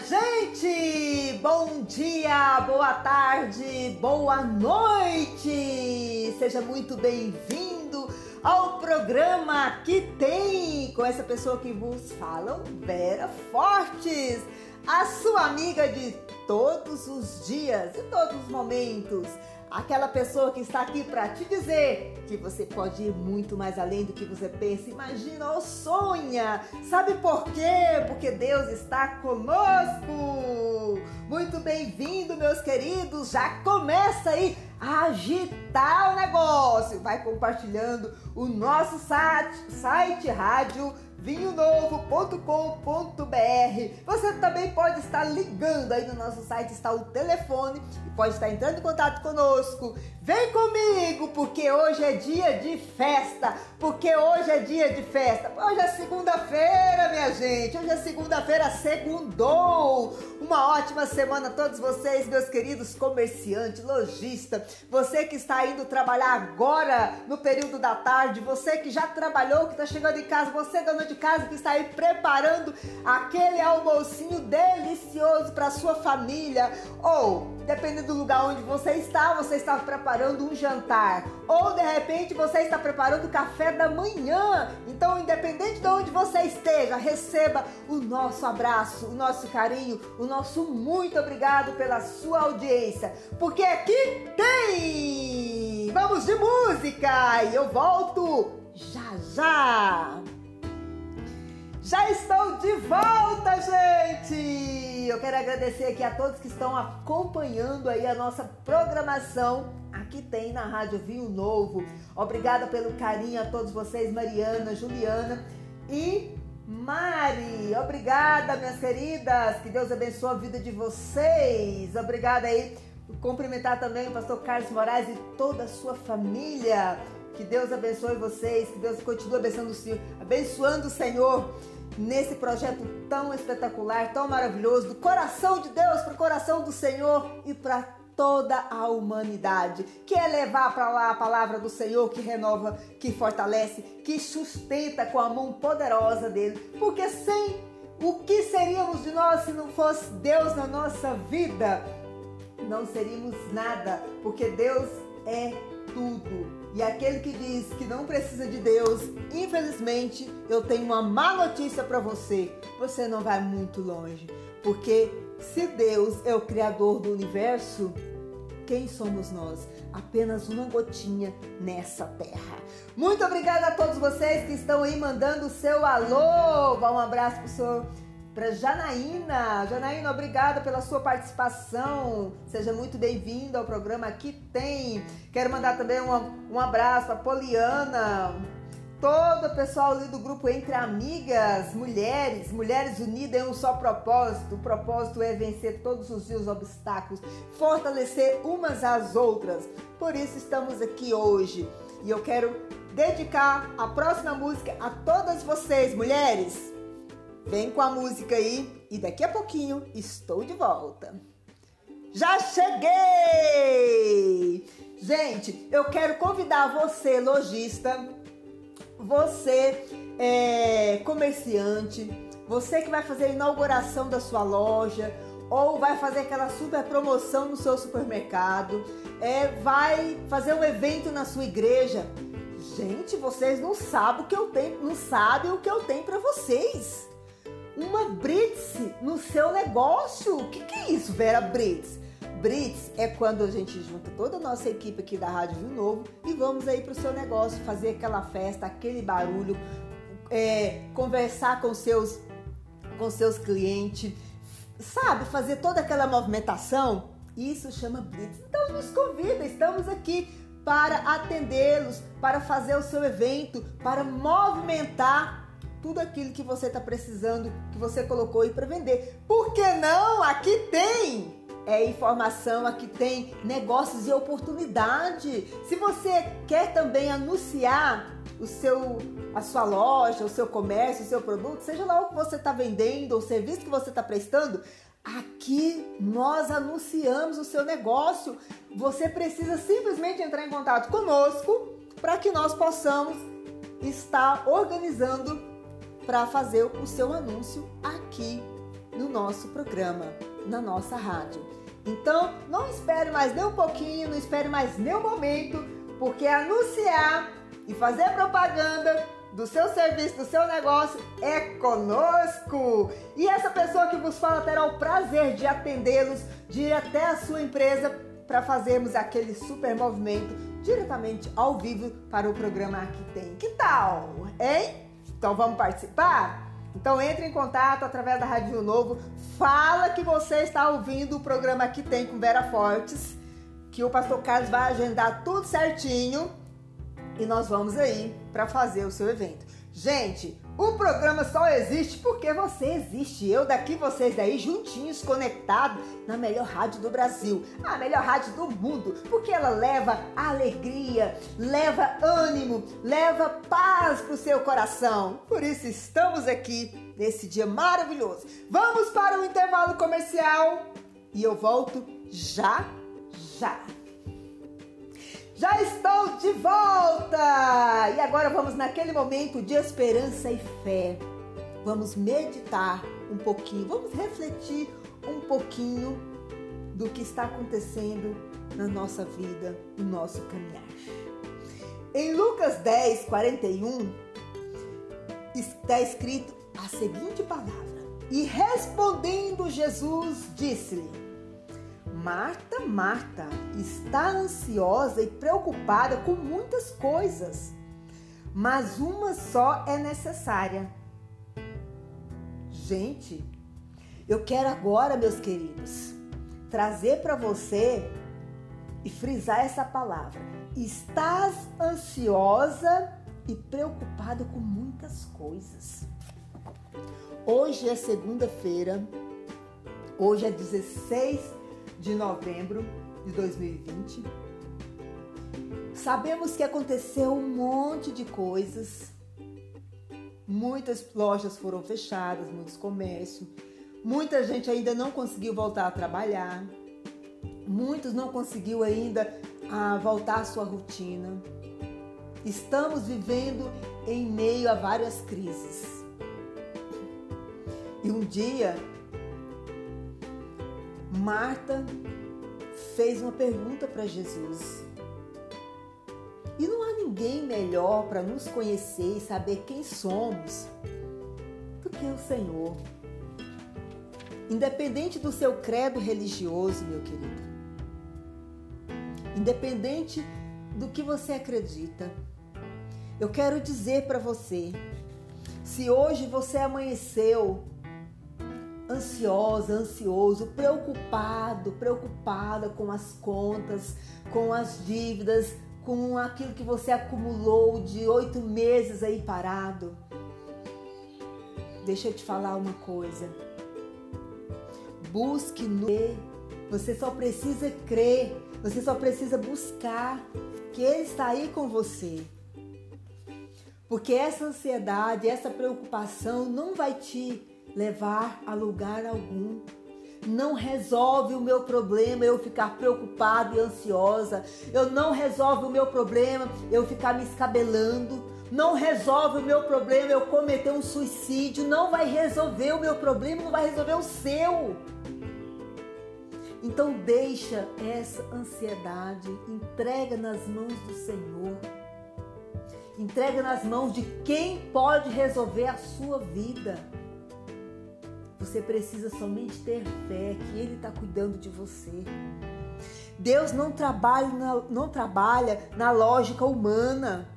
gente! Bom dia, boa tarde, boa noite! Seja muito bem-vindo ao programa Que Tem, com essa pessoa que vos fala, Vera Fortes, a sua amiga de todos os dias e todos os momentos. Aquela pessoa que está aqui para te dizer que você pode ir muito mais além do que você pensa, imagina ou sonha. Sabe por quê? Porque Deus está conosco. Muito bem-vindo, meus queridos. Já começa aí a agitar o negócio. Vai compartilhando o nosso site rádio vinhonovo.com.br. Você também pode estar ligando aí no nosso site, está o telefone e pode estar entrando em contato conosco. Vem comigo, porque hoje é dia de festa, Hoje é segunda-feira, minha gente, hoje é segunda-feira, segundou. Uma ótima semana a todos vocês, meus queridos comerciantes, lojistas, você que está indo trabalhar agora no período da tarde, você que já trabalhou, que está chegando em casa, você dona de casa que está aí preparando aquele almocinho delicioso para sua família, ou dependendo do lugar onde você está preparando um jantar, ou de repente você está preparando o café da manhã. Então, independente de onde você esteja, receba o nosso abraço, o nosso carinho, o nosso muito obrigado pela sua audiência, porque aqui tem! Vamos de música e eu volto já! Já estou de volta, gente! Eu quero agradecer aqui a todos que estão acompanhando aí a nossa programação. Aqui tem na Rádio Vinho Novo. Obrigada pelo carinho a todos vocês, Mariana, Juliana e Mari. Obrigada, minhas queridas. Que Deus abençoe a vida de vocês. Obrigada aí. Cumprimentar também o pastor Carlos Moraes e toda a sua família. Que Deus abençoe vocês. Que Deus continue abençoando o Senhor nesse projeto tão espetacular, tão maravilhoso, do coração de Deus para o coração do Senhor e para toda a humanidade, que é levar para lá a palavra do Senhor, que renova, que fortalece, que sustenta com a mão poderosa dele, porque sem o que seríamos de nós se não fosse Deus na nossa vida? Não seríamos nada, porque Deus é tudo. E aquele que diz que não precisa de Deus, infelizmente, eu tenho uma má notícia para você. Você não vai muito longe, porque se Deus é o Criador do universo, quem somos nós? Apenas uma gotinha nessa terra. Muito obrigada a todos vocês que estão aí mandando o seu alô. Um abraço para Janaína. Janaína, obrigada pela sua participação. Seja muito bem-vinda ao programa Que Tem. Quero mandar também um abraço para Poliana, todo o pessoal ali do grupo Entre Amigas, mulheres unidas em um só propósito. O propósito é vencer todos os dias os obstáculos, fortalecer umas às outras. Por isso estamos aqui hoje. E eu quero dedicar a próxima música a todas vocês, mulheres. Vem com a música aí e daqui a pouquinho estou de volta. Já cheguei! Gente, eu quero convidar você, lojista, você comerciante, você que vai fazer a inauguração da sua loja ou vai fazer aquela super promoção no seu supermercado, vai fazer um evento na sua igreja. Gente, vocês não sabem o que eu tenho para vocês. Uma Brits no seu negócio. O que é isso, Vera? Brits? Brits é quando a gente junta toda a nossa equipe aqui da Rádio Vinho Novo e vamos aí para o seu negócio, fazer aquela festa, aquele barulho, conversar com seus clientes, sabe? Fazer toda aquela movimentação. Isso chama Brits. Então nos convida, estamos aqui para atendê-los, para fazer o seu evento, para movimentar tudo aquilo que você está precisando, que você colocou aí para vender. Por que não? Aqui tem informação, aqui tem negócios e oportunidade. Se você quer também anunciar a sua loja, o seu comércio, o seu produto, seja lá o que você está vendendo, o serviço que você está prestando, aqui nós anunciamos o seu negócio. Você precisa simplesmente entrar em contato conosco para que nós possamos estar organizando para fazer o seu anúncio aqui no nosso programa, na nossa rádio. Então, não espere mais nem um pouquinho, não espere mais nem um momento, porque anunciar e fazer propaganda do seu serviço, do seu negócio é conosco. E essa pessoa que vos fala terá o prazer de atendê-los, de ir até a sua empresa para fazermos aquele super movimento diretamente ao vivo para o programa Aqui Tem. Que tal, hein? Então vamos participar? Então entre em contato através da Rádio Novo, fala que você está ouvindo o programa Aqui Tem com Vera Fortes, que o pastor Carlos vai agendar tudo certinho e nós vamos aí para fazer o seu evento. Gente, o programa só existe porque você existe. Eu daqui, vocês daí, juntinhos, conectados na melhor rádio do Brasil, a melhor rádio do mundo, porque ela leva alegria, leva ânimo, leva paz pro seu coração. Por isso estamos aqui nesse dia maravilhoso. Vamos para o intervalo comercial e eu volto já. Já estou de volta! E agora vamos naquele momento de esperança e fé. Vamos meditar um pouquinho, vamos refletir um pouquinho do que está acontecendo na nossa vida, no nosso caminhar. Em Lucas 10, 41, está escrito a seguinte palavra: E respondendo Jesus, disse-lhe: Marta, Marta, está ansiosa e preocupada com muitas coisas, mas uma só é necessária. Gente, eu quero agora, meus queridos, trazer para você e frisar essa palavra. Estás ansiosa e preocupada com muitas coisas. Hoje é segunda-feira, hoje é 16 de novembro de 2020. Sabemos que aconteceu um monte de coisas. Muitas lojas foram fechadas, muitos comércios. Muita gente ainda não conseguiu voltar a trabalhar. Muitos não conseguiu ainda voltar à sua rotina. Estamos vivendo em meio a várias crises. E um dia, Marta fez uma pergunta para Jesus. E não há ninguém melhor para nos conhecer e saber quem somos do que o Senhor. Independente do seu credo religioso, meu querido. Independente do que você acredita. Eu quero dizer para você, se hoje você amanheceu ansiosa, ansioso, preocupada com as contas, com as dívidas, com aquilo que você acumulou de 8 meses aí parado. Deixa eu te falar uma coisa. Busque no crer. Você só precisa crer. Você só precisa buscar que Ele está aí com você. Porque essa ansiedade, essa preocupação não vai te levar a lugar algum. Não resolve o meu problema eu ficar preocupada e ansiosa. Não resolve o meu problema eu ficar me escabelando. Não resolve o meu problema eu cometer um suicídio. Não vai resolver o meu problema, não vai resolver o seu. Então deixa essa ansiedade, entrega nas mãos do Senhor. Entrega nas mãos de quem pode resolver a sua vida. Você precisa somente ter fé que Ele está cuidando de você. Deus não trabalha na lógica humana.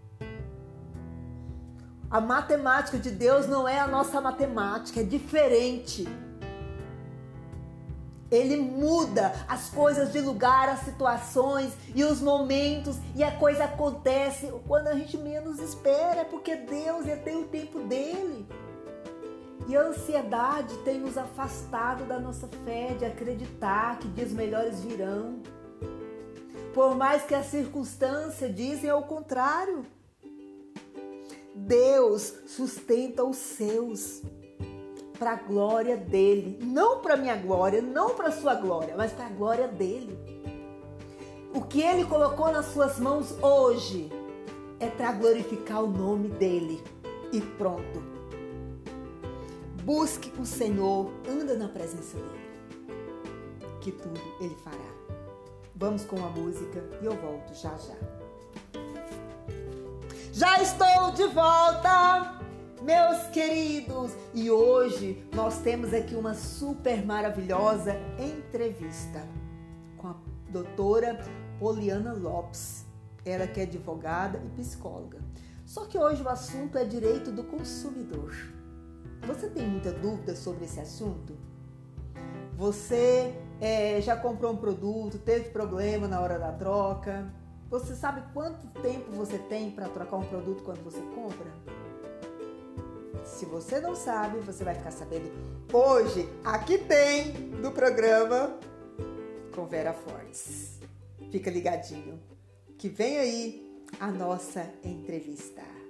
A matemática de Deus não é a nossa matemática, é diferente. Ele muda as coisas de lugar, as situações e os momentos, e a coisa acontece quando a gente menos espera, porque Deus tem o tempo dele. E a ansiedade tem nos afastado da nossa fé, de acreditar que dias melhores virão. Por mais que as circunstâncias dizem ao contrário. Deus sustenta os seus para a glória dele. Não para a minha glória, não para a sua glória, mas para a glória dele. O que ele colocou nas suas mãos hoje é para glorificar o nome dele. E pronto. busque o Senhor, anda na presença dele, que tudo ele fará. Vamos com a música e eu volto já já. Já estou de volta, meus queridos, e hoje nós temos aqui uma super maravilhosa entrevista com a doutora Poliana Lopes, ela que é advogada e psicóloga. Só que hoje o assunto é direito do consumidor. Você tem muita dúvida sobre esse assunto? Você já comprou um produto, teve problema na hora da troca? Você sabe quanto tempo você tem para trocar um produto quando você compra? Se você não sabe, você vai ficar sabendo hoje, aqui tem, do programa com Vera Fortes. Fica ligadinho, que vem aí a nossa entrevista.